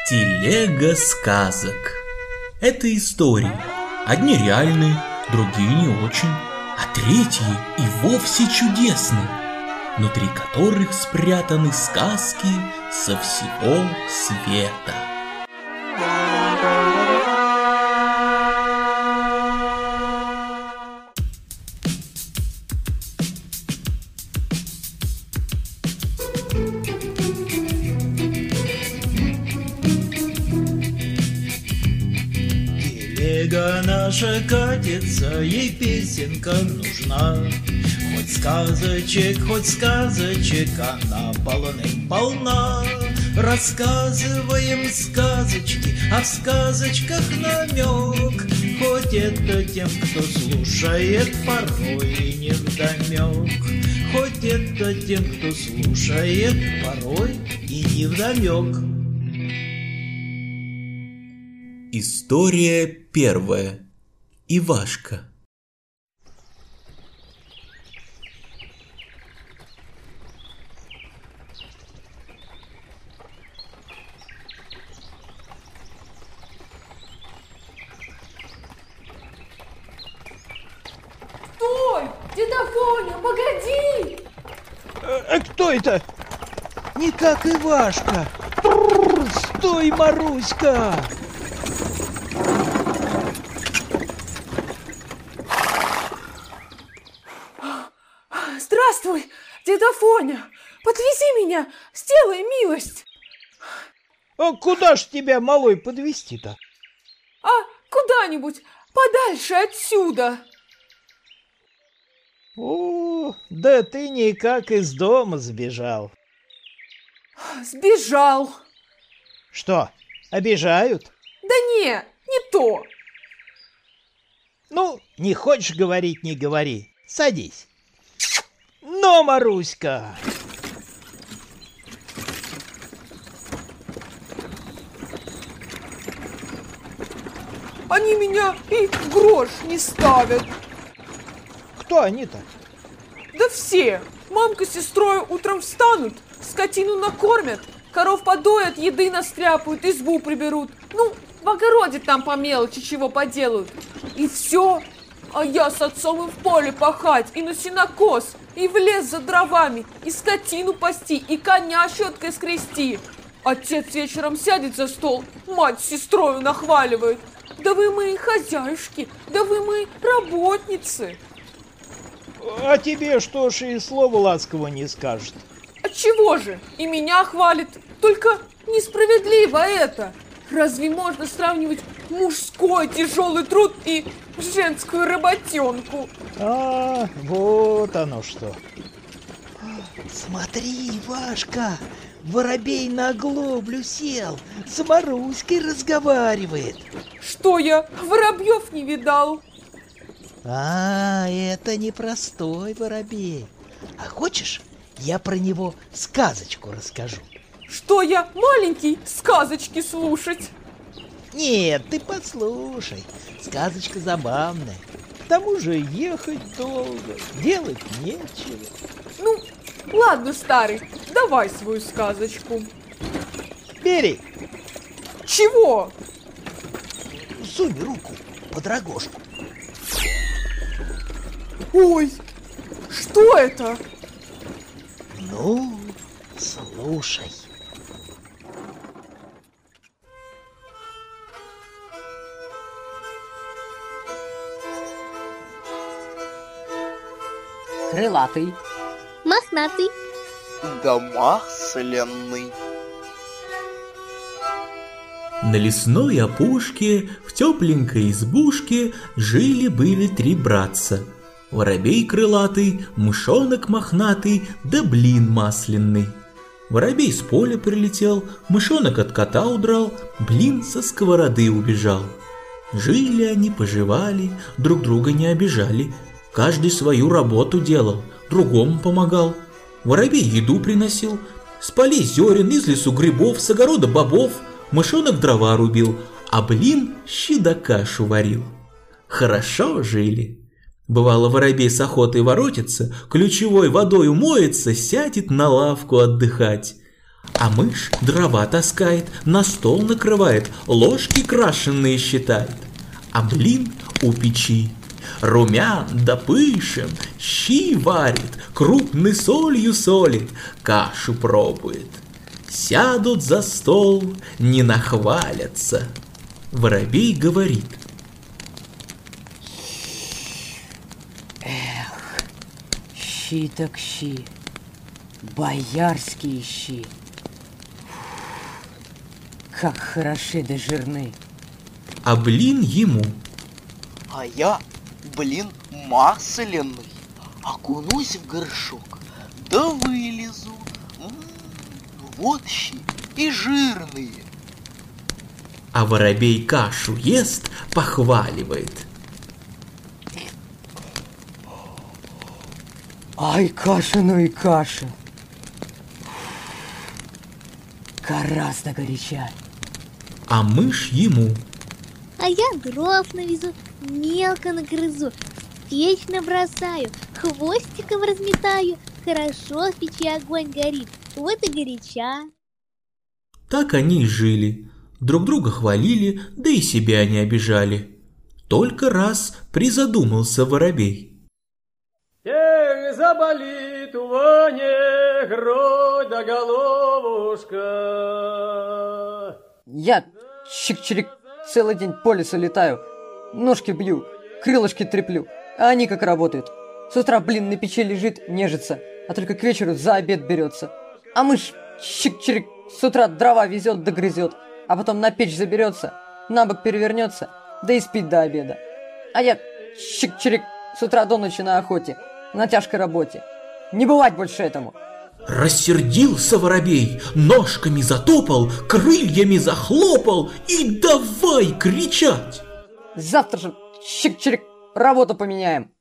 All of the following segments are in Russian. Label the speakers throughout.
Speaker 1: Телега сказок. Это истории. Одни реальные, другие не очень, а третьи и вовсе чудесные, внутри которых спрятаны сказки со всего света.
Speaker 2: Телега наша катится, ей песенка нужна. Хоть сказочек, она полным-полна. Рассказываем сказочки, а в сказочках намек. Хоть это тем, кто слушает, порой и невдомек. Хоть это тем, кто слушает, порой и невдомек.
Speaker 1: История первая. Ивашка.
Speaker 3: Стой! Деда Фоня, погоди!
Speaker 4: Кто это? Не как Ивашка. Стой, Маруська!
Speaker 3: Здравствуй, деда Фоня! Подвези меня, сделай милость!
Speaker 4: А куда ж тебя, малой, подвезти-то?
Speaker 3: А куда-нибудь подальше отсюда!
Speaker 4: О, да ты никак из дома сбежал.
Speaker 3: Сбежал!
Speaker 4: Что, обижают?
Speaker 3: Да не то!
Speaker 4: Ну, не хочешь говорить, не говори. Садись. Но, Маруська!
Speaker 3: Они меня и в грош не ставят.
Speaker 4: Кто они-то?
Speaker 3: Да все! Мамка с сестрой утром встанут, скотину накормят, коров подоят, еды настряпают, избу приберут. Ну, в огороде там по мелочи чего поделают. И все. А я с отцом и в поле пахать, и на сенокос, и в лес за дровами, и скотину пасти, и коня щеткой скрести. Отец вечером сядет за стол, мать с сестрою нахваливает. Да вы мои хозяюшки, да вы мои работницы.
Speaker 4: А тебе что ж и слова ласкового не скажет?
Speaker 3: Отчего же? И меня хвалит. Только несправедливо это. Разве можно сравнивать мужской тяжелый труд и женскую работенку?
Speaker 4: А, вот оно что.
Speaker 5: Смотри, Ивашка, воробей на оглоблю сел, с Маруськой разговаривает.
Speaker 3: Что я, воробьев не видал?
Speaker 5: А, это непростой воробей. А хочешь, я про него сказочку расскажу?
Speaker 3: Что я, маленький, сказочки слушать?
Speaker 5: Нет, ты послушай, сказочка забавная. К тому же ехать долго, делать нечего.
Speaker 3: Ну, ладно, старый, давай свою сказочку.
Speaker 4: Бери.
Speaker 3: Чего?
Speaker 5: Сунь руку под рогожку.
Speaker 3: Ой, что это?
Speaker 5: Ну, слушай.
Speaker 6: Крылатый,
Speaker 7: Мохнатый,
Speaker 8: да масляный.
Speaker 1: На лесной опушке, в тепленькой избушке жили-были три братца. Воробей крылатый, мышонок мохнатый, да блин масляный. Воробей с поля прилетел, мышонок от кота удрал, блин со сковороды убежал. Жили они, поживали, друг друга не обижали. Каждый свою работу делал, другому помогал. Воробей еду приносил, с полей зерен, из лесу грибов, с огорода бобов. Мышонок дрова рубил, а блин щи да кашу варил. Хорошо жили. Бывало, воробей с охотой воротится, ключевой водой умоется, сядет на лавку отдыхать. А мышь дрова таскает, на стол накрывает, ложки крашеные считает. А блин у печи румян да пышем, щи варит, крупной солью солит, кашу пробует. Сядут за стол, не нахвалятся. Воробей говорит:
Speaker 6: щи так щи, боярские щи. Как хороши да жирны.
Speaker 1: а блин ему:
Speaker 8: А я, блин, масляный. Окунусь в горшок, да вылезу. Вот щи и жирные.
Speaker 1: а воробей кашу ест, похваливает.
Speaker 6: Ай, каша, ну и каша. Гораздо горяча.
Speaker 1: А мышь ему:
Speaker 7: А я дров навезу, мелко нагрызу, в печь набросаю, хвостиком разметаю. Хорошо в печи огонь горит, вот и горяча.
Speaker 1: Так они и жили, друг друга хвалили, да и себя не обижали. Только раз призадумался воробей.
Speaker 9: Эх, заболит у Вани грудь да головушка.
Speaker 6: Я, чик-чирик, целый день по лесу летаю, ножки бью, крылышки треплю, а они как работают. С утра, блин, на печи лежит, нежится, а только к вечеру за обед берется. А мышь, чик-чирик, с утра дрова везет да грызет, а потом на печь заберется, на бок перевернется, да и спит до обеда. А я, чик-чирик, с утра до ночи на охоте, на тяжкой работе. Не бывать больше этому.
Speaker 1: Рассердился воробей, ножками затопал, крыльями захлопал и давай кричать.
Speaker 6: Завтра же, чик-чирик, работу поменяем.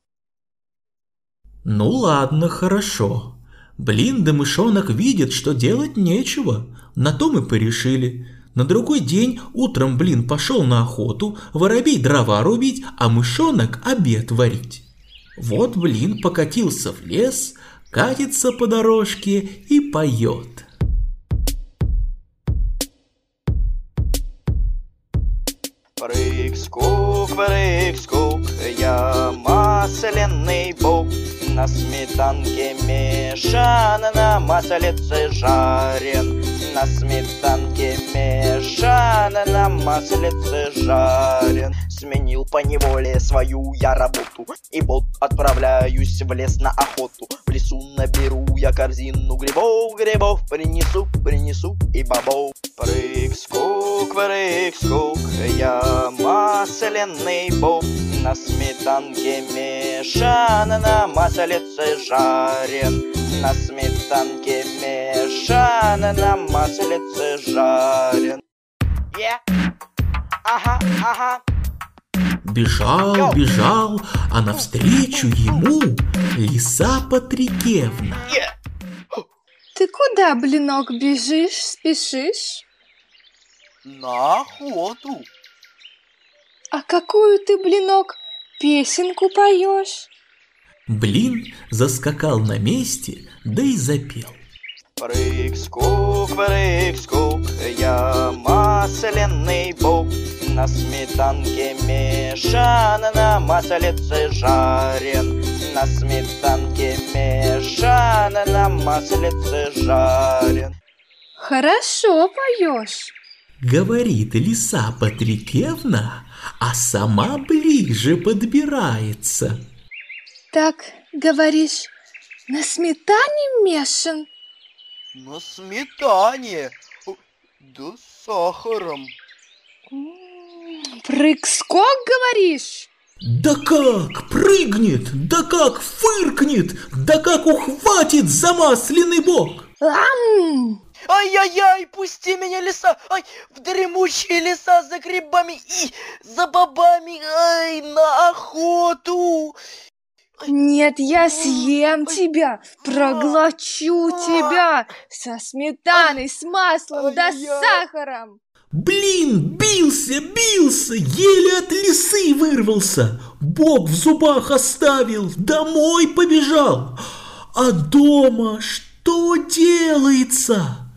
Speaker 1: Ну ладно, хорошо. Блин да мышонок видят, что делать нечего. На то мы порешили. На другой день утром блин пошел на охоту, воробей дрова рубить, а мышонок обед варить. Вот блин покатился в лес, катится по дорожке и поет.
Speaker 8: Прыг-скок, я масляный бог. На сметанке мешан, на маслице жарен. На сметанке мешан, на маслице жарен. Сменил поневоле свою я работу, и вот отправляюсь в лес на охоту. В лесу наберу я корзину грибов, принесу и бобов. Прыг-скок, я масляный бог. На сметанке мешан, на маслице жарен. На сметанке мешан, на маслице жарен. Ага.
Speaker 1: Бежал, а навстречу ему лиса Патрикевна.
Speaker 10: Ты куда, блинок, бежишь, спешишь?
Speaker 8: На охоту.
Speaker 10: А какую ты, блинок, песенку поешь?
Speaker 1: Блин заскакал на месте, да и запел.
Speaker 8: Прыг-скок, я масляный бог. На сметанке мешан, на маслице жарен. На сметанке мешан, на маслице жарен.
Speaker 10: Хорошо поешь.
Speaker 1: Говорит лиса Патрикевна, а сама ближе подбирается.
Speaker 10: Так, говоришь, на сметане мешан?
Speaker 8: На сметане, да с сахаром.
Speaker 10: Прыг-скок, говоришь?
Speaker 1: Да как прыгнет, да как фыркнет, да как ухватит замасленный бок.
Speaker 8: Ай-яй-яй, пусти меня, лиса, ай, в дремучие леса за грибами и за бобами, ай, на охоту.
Speaker 10: Нет, я съем тебя, проглочу тебя со сметаной, с маслом, да с сахаром.
Speaker 1: Блин, бился, еле от лисы вырвался, бок в зубах оставил, домой побежал. А дома что делается?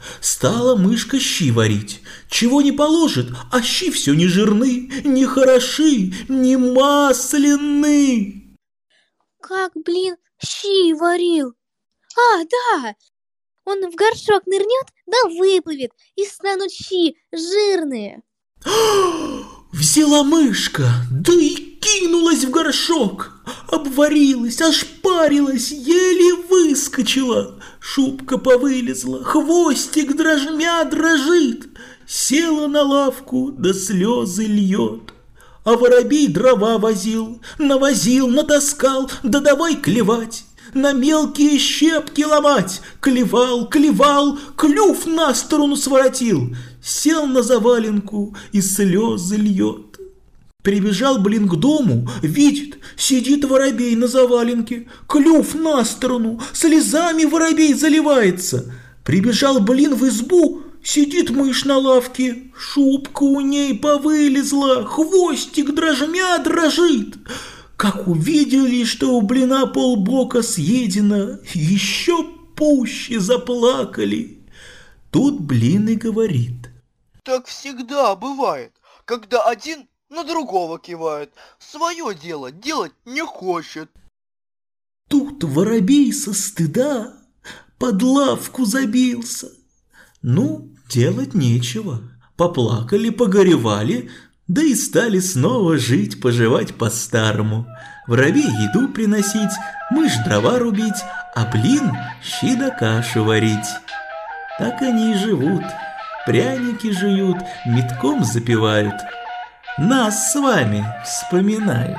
Speaker 1: Стала мышка щи варить. Чего не положит, а щи все не жирны, не хороши, не масляны.
Speaker 7: Как, блин, щи варил? А, да! Он в горшок нырнет, да выплывет, и станут щи жирные.
Speaker 1: Взяла мышка, да и кинулась в горшок. Обварилась, ошпарилась, еле выскочила. Шубка повылезла, хвостик дрожмя дрожит. Села на лавку, да слезы льет. А воробей дрова возил, навозил, натаскал, да давай клевать. На мелкие щепки ломать. Клевал, клевал, клюв на сторону своротил. Сел на заваленку и слезы льет. Прибежал, блин, к дому, видит, сидит воробей на заваленке, клюв на сторону, слезами воробей заливается. Прибежал, блин, в избу, сидит мышь на лавке, шубка у ней повылезла, хвостик дрожмя дрожит. Как увидели, что у блина полбока съедено, еще пуще заплакали. Тут блин и говорит:
Speaker 8: так всегда бывает, когда один на другого кивает, свое дело делать не хочет.
Speaker 1: Тут воробей со стыда под лавку забился. Ну, делать нечего. Поплакали, погоревали, да и стали снова жить, поживать по-старому. Воробей еду приносить, мышь дрова рубить, а блин щи да кашу варить. Так они и живут, пряники жуют, медком запивают. Нас с вами вспоминают.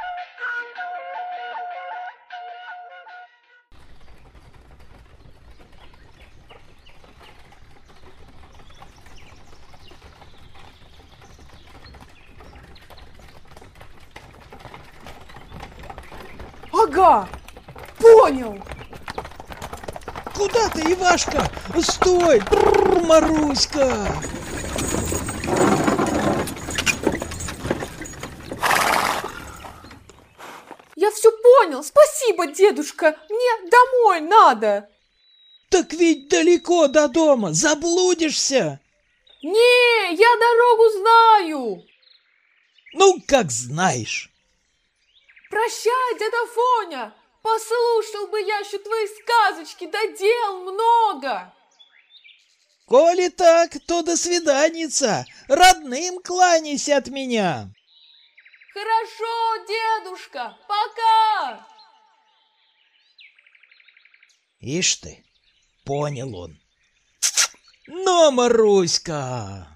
Speaker 3: Ага, понял.
Speaker 5: Куда ты, Ивашка? Стой! Маруська!
Speaker 3: Я все понял. Спасибо, дедушка. Мне домой надо.
Speaker 5: Так ведь далеко до дома. Заблудишься.
Speaker 3: Не, я дорогу знаю.
Speaker 5: Ну, как знаешь.
Speaker 3: Прощай, деда Фоня. Послушал бы я еще твои сказочки, да дел много.
Speaker 5: Коли так, то до свиданица. Родным кланяйся от меня.
Speaker 3: Хорошо, дедушка, пока.
Speaker 5: Ишь ты, понял он. Но, Маруська!